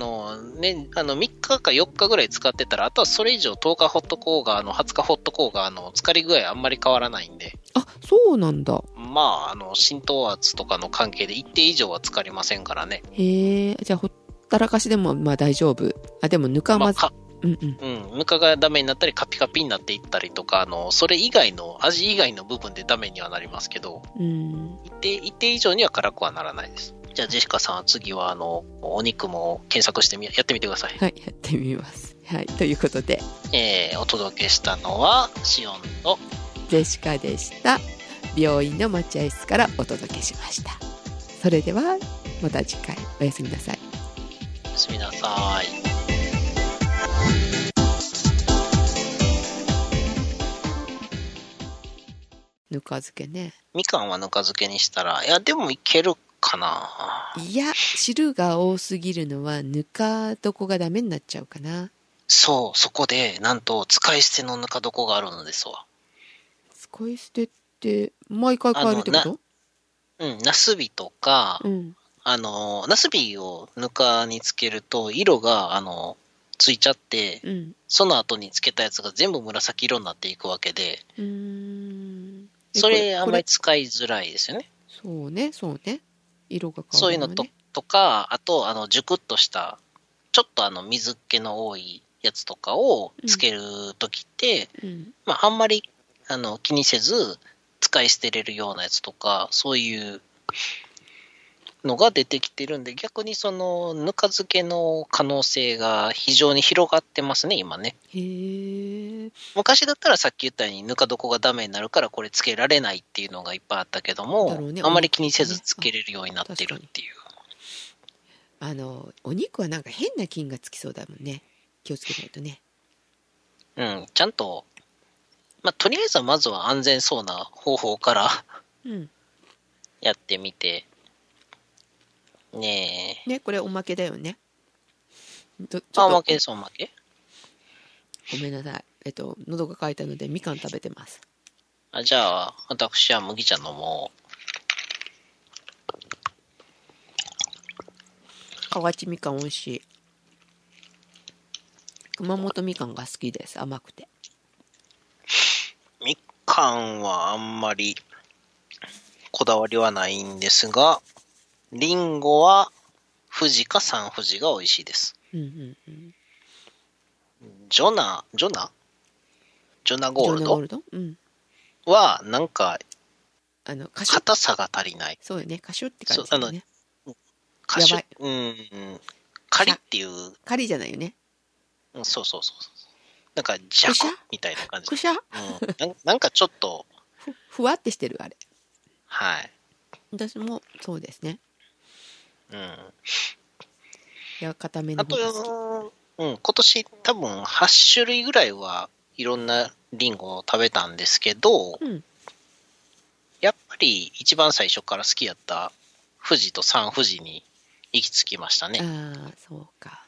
3日か4日ぐらい使ってたら、あとはそれ以上10日ほっとこうが20日ほっとこうが浸かり具合あんまり変わらないんで。
そうなんだ。
浸透圧とかの関係で一定以上は浸かりませんからね。
へえ、じゃあほったらかしでも大丈夫。でもぬかまず、
ぬかがダメになったりカピカピになっていったりとか、それ以外の味以外の部分でダメにはなりますけど、一定以上には辛くはならないです。じゃあジェシカさん、次はお肉も検索してやってみてください。
はい、やってみます。はい、ということで、
お届けしたのはシオンと
ジェシカでした。病院の待合室からお届けしました。それではまた次回、おやすみなさい。
おやすみなさい。
ぬか漬けね。
みかんはぬか漬けにしたら、でもいけるかな。
いや、汁が多すぎるのはぬか床がダメになっちゃうかな。
そこでなんと使い捨てのぬか床があるのですわ。
使い捨てって毎回変えるってこと？
ナスビとか、ナスビをぬかにつけると色がついちゃって、その後につけたやつが全部紫色になっていくわけで、それあんまり使いづらいですよね。
そうね。色が変わるのね。
そういうのとか、あと熟っとしたちょっと水気の多いやつとかをつけるときって、あんまり気にせず使い捨てれるようなやつとか、そういうのが出てきてるんで、逆にそのぬか漬けの可能性が非常に広がってますね、今ね。
へえ。
昔だったらさっき言ったようにぬか床がダメになるからこれつけられないっていうのがいっぱいあったけども、
ね、
あまり気にせずつけれるようになってるっていう。
お肉はなんか変な菌がつきそうだもんね。気をつけないとね。
うん、ちゃんと、とりあえずはまずは安全そうな方法からやってみて、ねえ。
ね、これおまけだよね。
おまけです、おまけ。
ごめんなさい。喉が渇いたのでみかん食べてます。
じゃあ、私は麦茶飲もう。
河内みかん美味しい。熊本みかんが好きです。甘くて。
みかんはあんまりこだわりはないんですが、りんごは富士か三富士が美味しいです。ジョナゴールド、はなんか硬さが足りない。
そうよね。カシュって感じだよね。
カシュ、カリっていう。
カリじゃないよね。
そう。なんかジャコみたいな感じ。
くしゃ、
なんかちょっと
ふわってしてるあれ。
はい。
私もそうですね。いや、固めの方が好き。
今年多分8種類ぐらいはいろんなリンゴを食べたんですけど、やっぱり一番最初から好きやった富士と三富士に行き着きましたね。
ああ、そうか。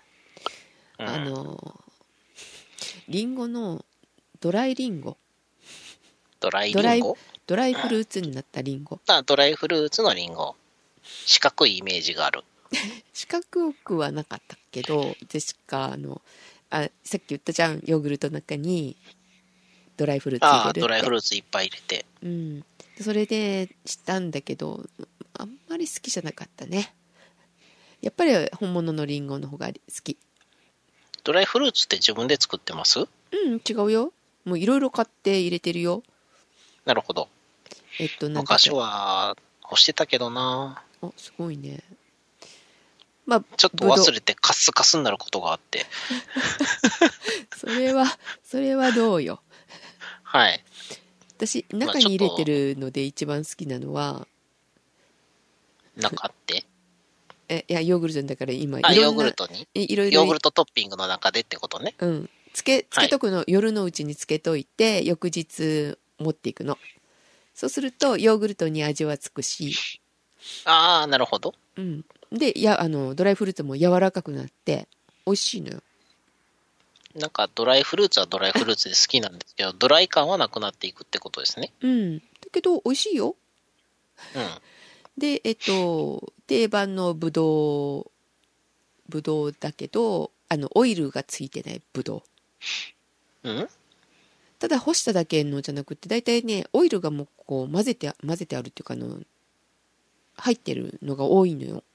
リンゴのドライリンゴ。ドライフルーツになったリンゴ。
ドライフルーツのリンゴ。四角いイメージがある。
四角くはなかったけど、ジェシカさっき言ったじゃん、ヨーグルトの中にドライフルーツ入れるって。
ドライフルーツいっぱい入れて。
それでしたんだけど、あんまり好きじゃなかったね。やっぱり本物のリンゴの方が好き。
ドライフルーツって自分で作ってます？
違うよ。もういろいろ買って入れてるよ。
なるほど。昔は干してたけどな。
すごいね。
ちょっと忘れてカスカスになることがあって。
それはどうよ。
はい。
私、中に入れてるので一番好きなのは、
中って
いや、ヨーグルトだから今、
ヨーグルトにヨーグルトトッピングの中でってことね。
つけとくの、夜のうちにつけといて、翌日持っていくの。そうすると、ヨーグルトに味はつくし。
なるほど。
で、ドライフルーツも柔らかくなって、美味しいのよ。
なんかドライフルーツはドライフルーツで好きなんですけど、ドライ感はなくなっていくってことですね。
だけど、美味しいよ。で、定番のブドウだけど、オイルがついてないブドウ。ただ干しただけのじゃなくて、だいたいね、オイルがもうこう混ぜてあるっていうか入ってるのが多いのよ。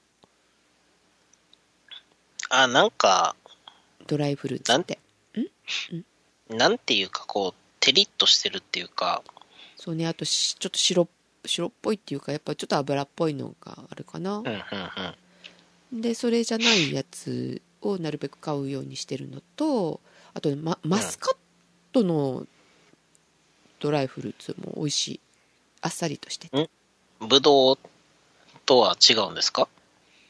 なんか
ドライフルーツって
なんていうかこうテリッとしてるっていうか。
そうね。あとちょっと白っぽいっていうか、やっぱちょっと油っぽいのがあるかな。で、それじゃないやつをなるべく買うようにしてるのと、あと、マスカットのドライフルーツも美味しい。あっさりとしてて。
ブドウとは違うんですか？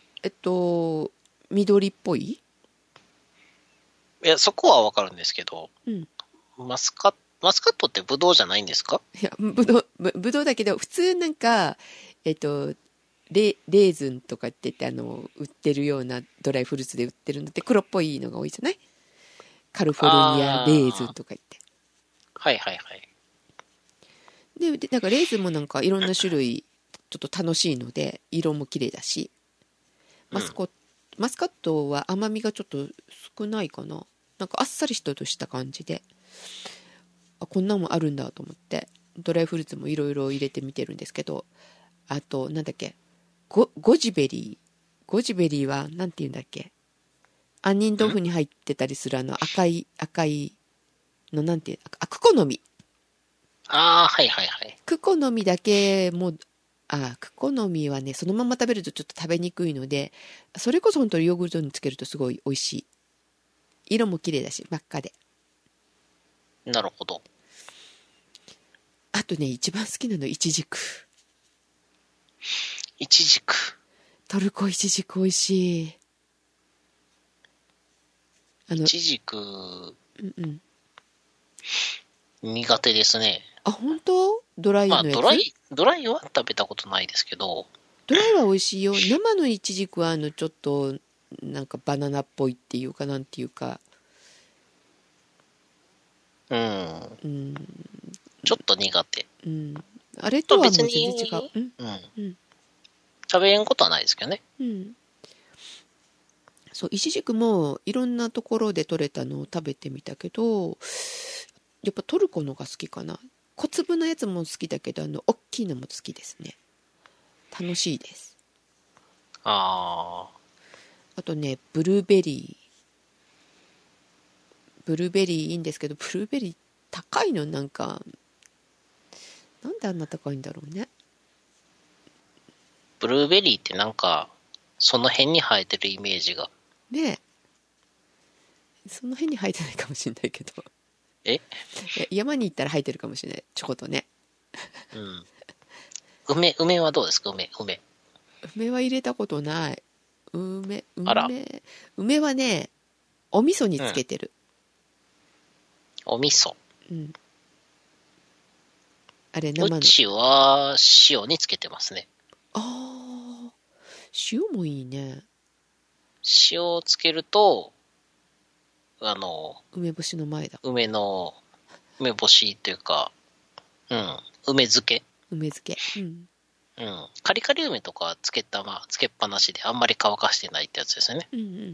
緑っぽい？
いや、そこはわかるんですけど、マスカットってブドウじゃないんですか？
いや、ブドウだけど、普通なんか、レーズンとかって言って売ってるようなドライフルーツで売ってるのって黒っぽいのが多いじゃない？カリフォルニアレーズンとか言って。
はい。
で、なんかレーズンもなんかいろんな種類、ちょっと楽しいので、色も綺麗だし、マスカットは甘みがちょっと少ないかな。なんかあっさりとした感じで、こんなんもあるんだと思って、ドライフルーツもいろいろ入れてみてるんですけど、あと、なんだっけ、ゴジベリーは、なんて言うんだっけ、杏仁豆腐に入ってたりする赤いの、なんていう、クコの実。
はい。
クコの実だけもクコの実はね、そのまま食べるとちょっと食べにくいので、それこそ本当にヨーグルトにつけるとすごい美味しい。色も綺麗だし、真っ赤で。
なるほど。
あとね、一番好きなの、イチジク。
イチジク。
トルコイチジク美味しい。
イチジク、
うんうん。
苦手ですね。
あ、本当？ドライのやつ？
ドライは食べたことないですけど。
ドライは美味しいよ。生のイチジクはちょっとなんかバナナっぽいっていうかなんていうか。
うん。ちょっと苦手。
うん。あれとはもう全然違う。
うん。食べれんことはないですけどね。
うん。そう、イチジクもいろんなところで採れたのを食べてみたけど、やっぱトルコのが好きかな。小粒のやつも好きだけど、大きいのも好きですね。楽しいです。あとね、ブルーベリーいいんですけど、ブルーベリー高いのなんであんな高いんだろうね。
ブルーベリーってなんか、その辺に生えてるイメージが。
ねえ。その辺に生えてないかもしれないけど。山に行ったら生えてるかもしれない。ちょこっとね。
うん。梅はどうですか？梅
は入れたことない。梅はね、お味噌につけてる。
お味噌。
うん。あれ生の。
うちは塩につけてますね。
ああ、塩もいいね。
塩をつけると、
梅干しの前だ。
梅干しっていうか、梅漬け。
うん。
カリカリ梅とかつけっぱなしであんまり乾かしてないってやつですよね。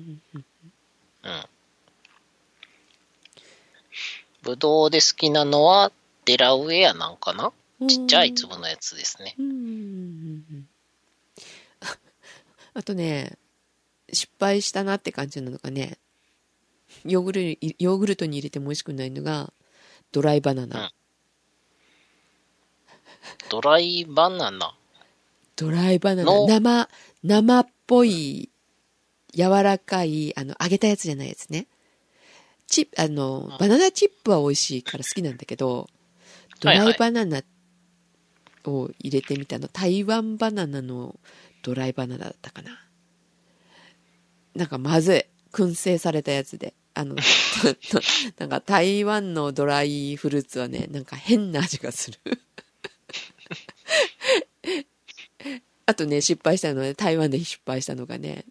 ぶどうで好きなのはデラウェアなんかな？ちっちゃい粒のやつですね。
あとね、失敗したなって感じなのがね、ヨーグルトに入れても美味しくないのがドライバナナ。
ドライバナナ。
生っぽい柔らかい揚げたやつじゃないやつね。バナナチップは美味しいから好きなんだけど、ドライバナナを入れてみたの、台湾バナナのドライバナナだったかな。なんかまずい。燻製されたやつで。なんか台湾のドライフルーツはね、なんか変な味がする。あとね、台湾で失敗したのがね、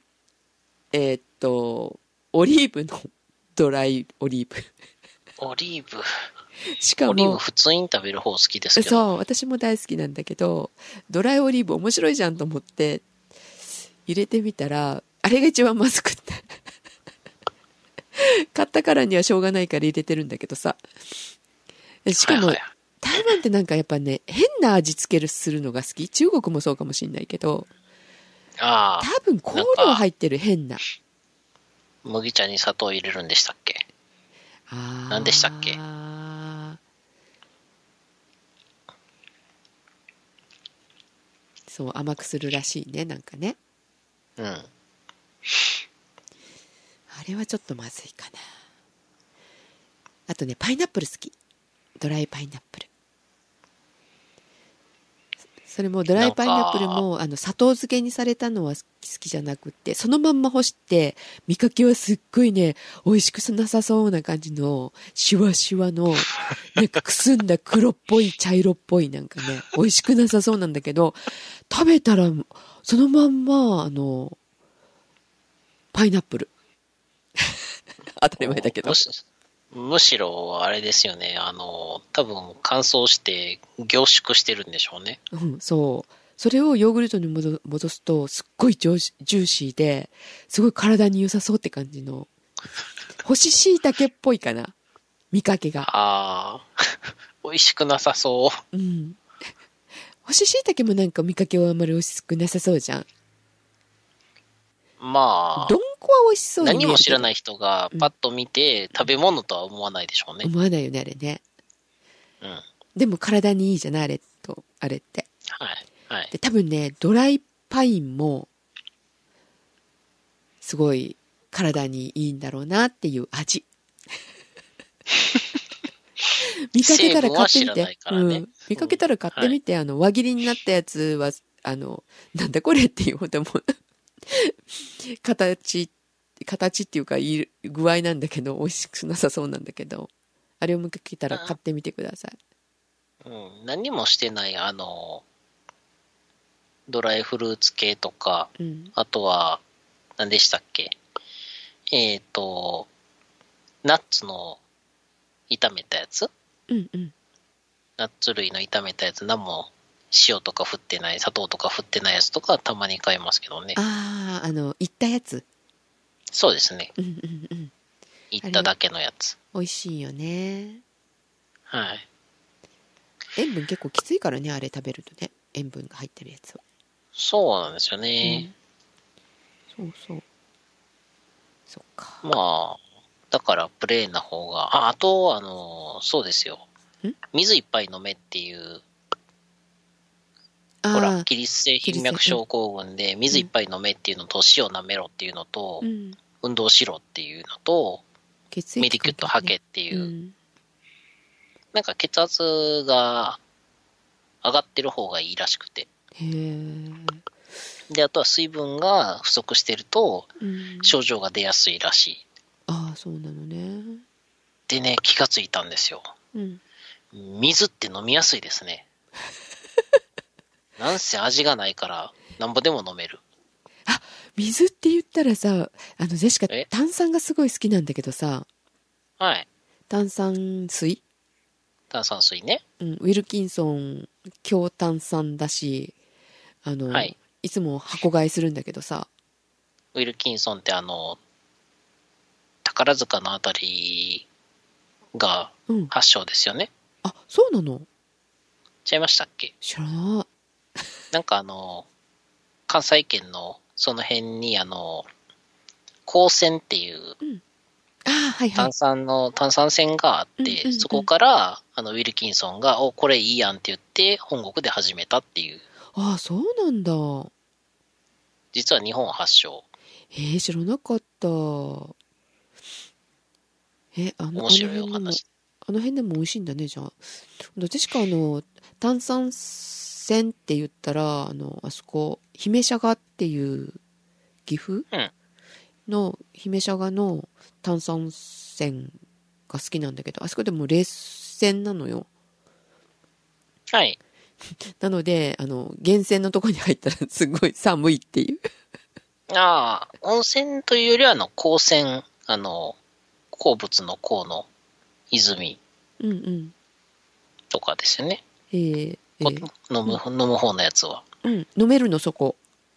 オリーブのドライオリーブ。
オリーブ。
しかも、
オリーブ普通に食べる方好きですけど。
そう、私も大好きなんだけど、ドライオリーブ面白いじゃんと思って入れてみたら、あれが一番まずくって。買ったからにはしょうがないから入れてるんだけどさ。しかも、台湾ってなんかやっぱね、変な味付けするのが好き。中国もそうかもしんないけど、多分香料入ってる変な。
麦茶に砂糖入れるんでしたっけ？何でしたっけ？
そう、甘くするらしいね、なんかね。あれはちょっとまずいかな。あとね、パイナップル好き。ドライパイナップル。それもドライパイナップルも砂糖漬けにされたのは好きじゃなくって、そのまんま干して見かけはすっごいね、美味しくなさそうな感じのシワシワのなんかくすんだ黒っぽい茶色っぽいなんかね、美味しくなさそうなんだけど、食べたらそのまんまパイナップル当たり前だけど、
むしろあれですよね、多分乾燥して凝縮してるんでしょうね。
そう。それをヨーグルトに戻すとすっごいジューシーですごい体に良さそうって感じの干し椎茸っぽいかな、見かけが。
美味しくなさそう。
干し椎茸もなんか見かけはあんまり美味しくなさそうじゃん。
まあ、
どんこは美味しそうに見えるけど、
何も知らない人がパッと見て、食べ物とは思わないでしょうね。
思わないよね、あれね。でも体にいいじゃない、あれって。
はい。
で、多分ね、ドライパインも、すごい体にいいんだろうなっていう味。見かけたら買ってみて。
成分は知らないからね。
見かけたら買ってみて、輪切りになったやつは、なんだこれっていうほども形っていうか、具合なんだけど、美味しくなさそうなんだけど、あれを見かけたら買ってみてください。
何もしてない、ドライフルーツ系とか、あとは、何でしたっけ？ナッツの炒めたやつ？ナッツ類の炒めたやつ、何も塩とか振ってない、砂糖とか振ってないやつとかたまに買いますけどね。
いったやつ。
そうですね。いっただけのやつ。
美味しいよね。
はい。
塩分結構きついからね、あれ食べるとね。塩分が入ってるやつは。
そうなんですよね。
そうそう。そっか。
まあ、だからプレーンな方が、あと、そうですよ。水いっぱい飲めっていう、ほら、起立性頻脈症候群で水いっぱい飲めっていうのと、塩舐めろっていうのと、運動しろっていうのと、メディキュット吐けっていう、なんか血圧が上がってる方がいいらしくて。で、あとは水分が不足してると、症状が出やすいらしい。
そうなのね。
でね、気がついたんですよ。水って飲みやすいですね。なんせ味がないから、なんぼでも飲める。
水って言ったらさ、ジェシカ、炭酸がすごい好きなんだけどさ。
はい。
炭酸水
ね。
ウィルキンソン、強炭酸だし、いつも箱買いするんだけどさ。
ウィルキンソンって宝塚のあたりが発祥ですよね。
そうなの？
違いましたっけ？
知らない。
なんか関西圏のその辺に高泉っていう、炭酸泉があって、そこからウィルキンソンがこれいいやんって言って本国で始めたっていう。
そうなんだ。
実は日本発祥。
知らなかった。
面白いお話。
あの辺でも美味しいんだね、じゃあ。確か炭酸泉って言ったら、あそこ、姫シャガっていう岐阜の姫シャガの炭酸泉が好きなんだけど、あそこでも冷泉なのよ。
はい。
なので、源泉のとこに入ったらすごい寒いっていう。
温泉というよりは鉱泉、鉱物の鉱の泉とかですよね。飲む方のやつは。
飲めるの、そこ。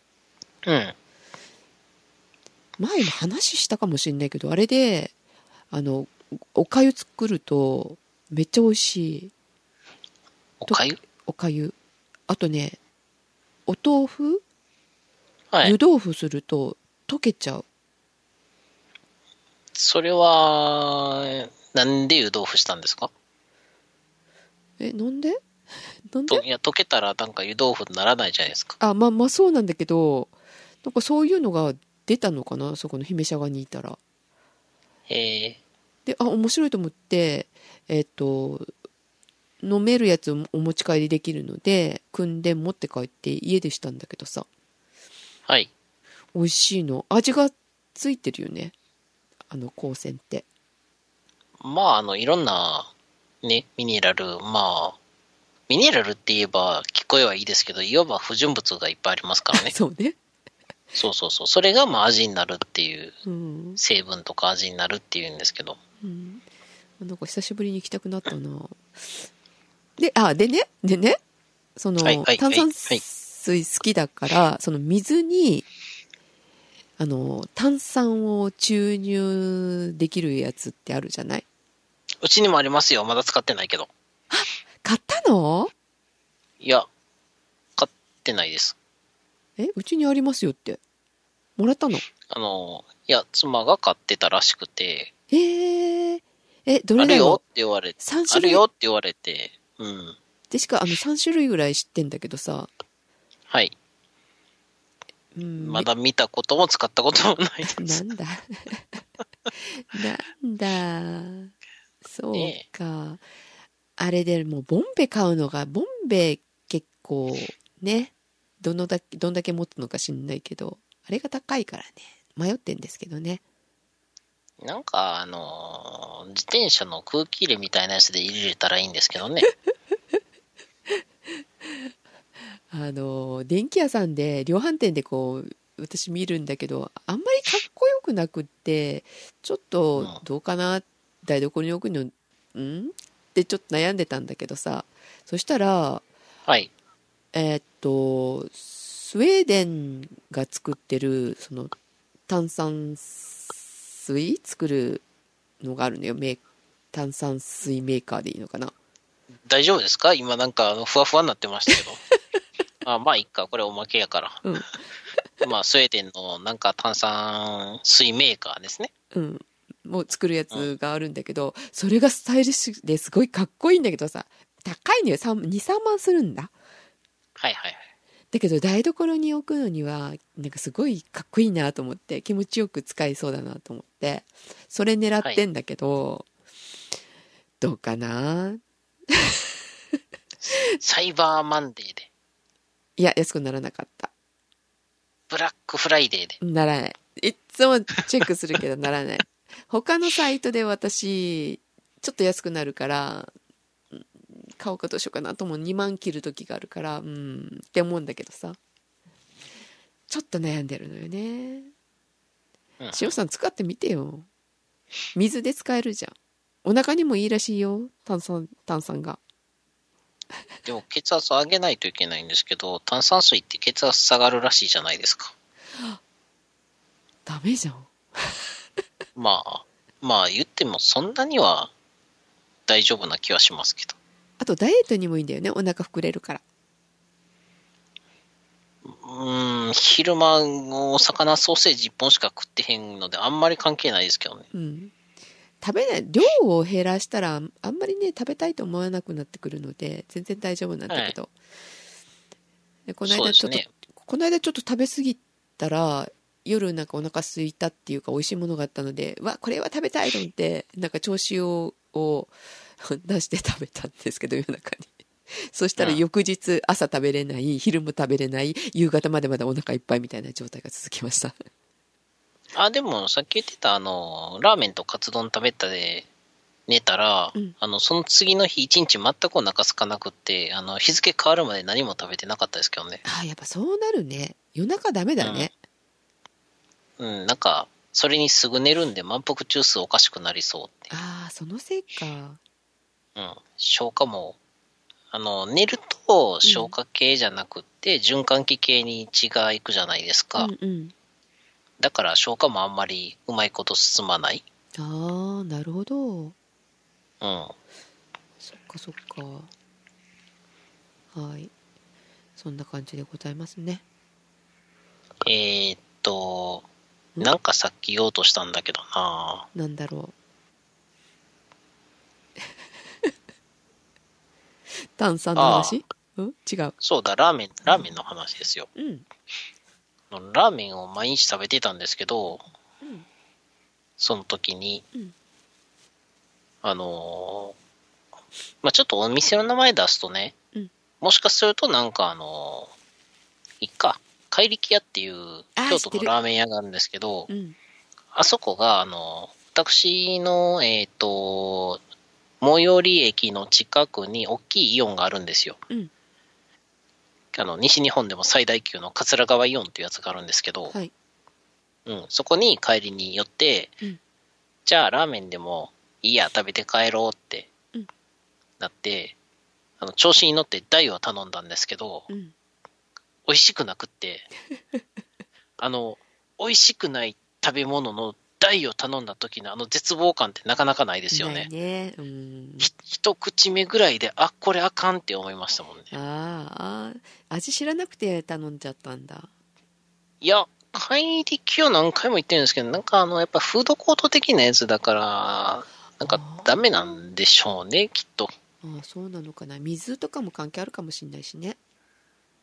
前も話したかもしれないけど、あれで、おかゆ作ると、めっちゃ美味しい。
おかゆ？
おかゆ。あとね、お豆腐？
はい。
湯豆腐すると、溶けちゃう。
それは、なんで湯豆腐したんですか？
なんで？
いや、溶けたらなんか湯豆腐にならないじゃないですか。
まあそうなんだけど、なんかそういうのが出たのかな、そこの姫シャガにいたら。で、面白いと思って、飲めるやつをお持ち帰りできるので、組んで持って帰って家でしたんだけどさ。
はい。
美味しいの。味がついてるよね。光線って。
まあ、いろんな、ね、ミネラルって言えば聞こえはいいですけど、いわば不純物がいっぱいありますからね。
そうね。
そう。それが味になるっていう、成分とか味になるっていうんですけど。
なんか久しぶりに行きたくなったな。でね、その、炭酸水好きだから、その水に、炭酸を注入できるやつってあるじゃない？
うちにもありますよ。まだ使ってないけど。
買ったの？
いや、買ってないです。
うちにありますよって。もらったの？
いや、妻が買ってたらしくて。
どれだろう？
あるよって言われて。
3種類。
あるよって言われて。
でしか3種類ぐらい知ってんだけどさ。
はい。
うん、
まだ見たことも使ったこともないです。
なんだなんだ、そう
ね
か。あれでもうボンベ買うのが、ボンベ結構ね、どんだけ持つのか知んないけど、あれが高いからね、迷ってんですけどね。
え。なんか、自転車の空気入れみたいなやつで入れたらいいんですけどね。
電気屋さんで、量販店でこう、私見るんだけど、あんまりかっこよくなくって、ちょっと
うん。
どうかな、台所に置くの、ってちょっと悩んでたんだけどさ、そしたら、
はい。
スウェーデンが作ってる、その炭酸水作るのがあるのよ。炭酸水メーカーでいいのかな。
大丈夫ですか？今なんかふわふわになってましたけど。あ、まあいっか。これおまけやから。
うん、
まあスウェーデンのなんか炭酸水メーカーですね。
うん。もう作るや
うん。
つがあるんだけど、それがスタイリッシュですごいかっこいいんだけどさ、高いのよ。2、3万するんだ。
はいはいはい。
だけど台所に置くのには、なんかすごいかっこいいなと思って、気持ちよく使えそうだなと思って、それ狙っ
はい。
てんだけど、どうかな。
サイバーマンデーで。
いや、安くならなかった。
ブラックフライデーで。
ならない。いっつもチェックするけどならない。他のサイトで私、ちょっと安くなるから、買おうかどうしようかなとも2万切る時があるから、って思うんだけどさ。ちょっと悩んでるのよね。
うんうん。
塩さん使ってみてよ。水で使えるじゃん。お腹にもいいらしいよ。炭酸が。
でも血圧を上げないといけないんですけど、炭酸水って血圧下がるらしいじゃないですか。
ダメじゃん。
まあ言ってもそんなには大丈夫な気はしますけど。
あとダイエットにもいいんだよね。お腹膨れるから。
昼間お魚ソーセージ1本しか食ってへんのであんまり関係ないですけどね。
うん。食べない、量を減らしたらあんまりね、食べたいと思わなくなってくるので、全然大丈夫なんだ
はい。
けど。で、
そうですね。
この間ちょっと食べ過ぎたら、夜なんかお腹空いたっていうか美味しいものがあったので、これは食べたいと思って、なんか調子を出して食べたんですけど、夜中に。そしたら
うん。
翌日朝食べれない、昼も食べれない、夕方までまだお腹いっぱいみたいな状態が続きました。
あ、でもさっき言ってたラーメンとカツ丼食べたで寝たら、
うん。
その次の日一日全くお腹空かなくって、日付変わるまで何も食べてなかったですけどね。
ああ、やっぱそうなるね。夜中ダメだね。
うん。うん、なんか、それにすぐ寝るんで満腹中枢おかしくなりそうって。
ああ、そのせいか。
うん。消化も、寝ると
うん。
消化系じゃなくって循環器系に血がいくじゃないですか。
うんうん。
だから消化もあんまりうまいこと進まない。
ああ、なるほど。
うん。
そっかそっか。はい。そんな感じでございますね。ん
なんかさっき言おうとしたんだけどな。
なんだろう。炭酸の
ああ、
話。違う。
そうだ、ラーメンの話ですよ。
うん。
ラーメンを毎日食べてたんですけど、
うん。
その時に、
うん。
あのまあ、ちょっとお店の名前出すとね、
うん。
もしかするとなんかいっか、怪力屋っていう
ああ、
京都の
知ってる。
ラーメン屋があるんですけど、
うん。
あそこが、私の、最寄り駅の近くに大きいイオンがあるんですよ。
うん。
西日本でも最大級の桂川イオンっていうやつがあるんですけど、
はい。
うん、そこに帰りに寄って、
うん。
じゃあラーメンでもいいや、食べて帰ろうって
うん。
なって、調子に乗って大を頼んだんですけど、
うん。
美味しくなくって、あの、美味しくない食べ物の大を頼んだ時の絶望感ってなかなかないですよ
ない
ね。
ね。うん。
一口目ぐらいで、あ、これあかんって思いましたもんね。
あーあー、味知らなくて頼んじゃったんだ。
いや、怪力は何回も言ってるんですけど、なんかやっぱフードコート的なやつだから、なんかダメな
あ
んでしょうね、きっと。
あ、ああ、そうなのかな。水とかも関係あるかもしれないしね。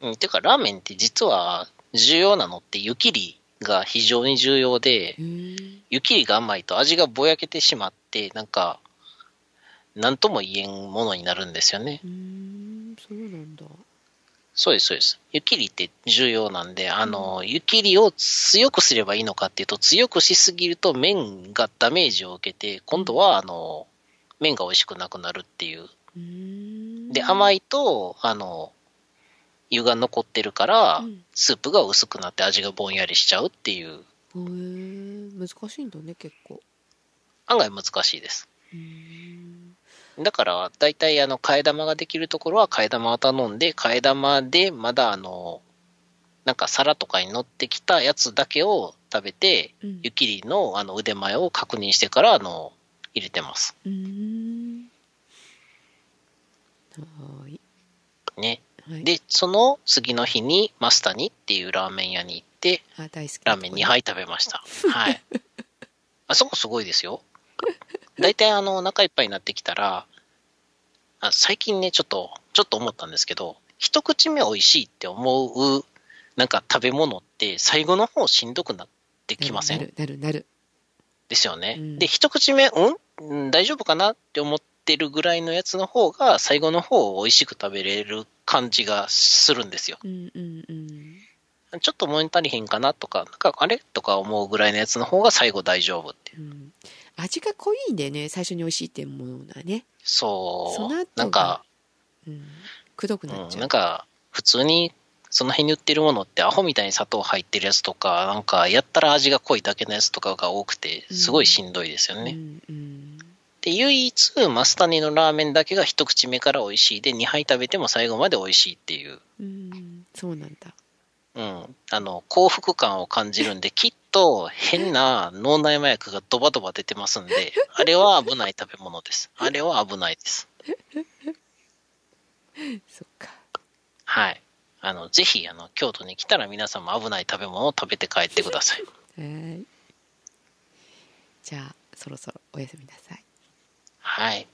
てか、ラーメンって実は重要なのって湯切りが非常に重要で、湯切りが甘いと味がぼやけてしまって、なんか、なんとも言えんものになるんですよね。
そうなんだ。
そうです、そうです。湯切りって重要なんで、湯切りを強くすればいいのかっていうと、強くしすぎると麺がダメージを受けて、今度は、麺が美味しくなくなるっていう。で、甘いと、湯が残ってるから、スープが薄くなって味がぼんやりしちゃうっていう。
難しいんだね、結構。
案外難しいです。だから、だいたい替え玉ができるところは替え玉を頼んで、替え玉でまだなんか皿とかに乗ってきたやつだけを食べて、湯切りの腕前を確認してから入れてます。ね。はい、で、その次の日にマスタニっていうラーメン屋に行って、ラーメン2杯食べました。はい。あそこすごいですよ。大体お腹いっぱいになってきたら、最近ね、ちょっと思ったんですけど、一口目美味しいって思う、なんか食べ物って最後の方しんどくなってきません？
なる。
ですよね。で、一口目、大丈夫かなって思ってるぐらいのやつの方が、最後の方美味しく食べれる感じがするんですよ。ちょっと物足りへんかなとか、なんかあれとか思うぐらいのやつの方が最後大丈夫っていう。
味が濃いんでね、最初に美味しいって思うのはね。
その後
なんか、くどくなっちゃう。
なんか、普通に、その辺に売ってるものってアホみたいに砂糖入ってるやつとか、なんかやったら味が濃いだけのやつとかが多くて、すごいしんどいですよね。で、唯一マスタニのラーメンだけが一口目から美味しいで、2杯食べても最後まで美味しいっていう。
そうなんだ。
幸福感を感じるんで、きっと変な脳内麻薬がドバドバ出てますんで、あれは危ない食べ物です。あれは危ないです。
そっか。
はい。ぜひ、京都に来たら皆さんも危ない食べ物を食べて帰ってください。
じゃあ、そろそろおやすみなさい。
はい。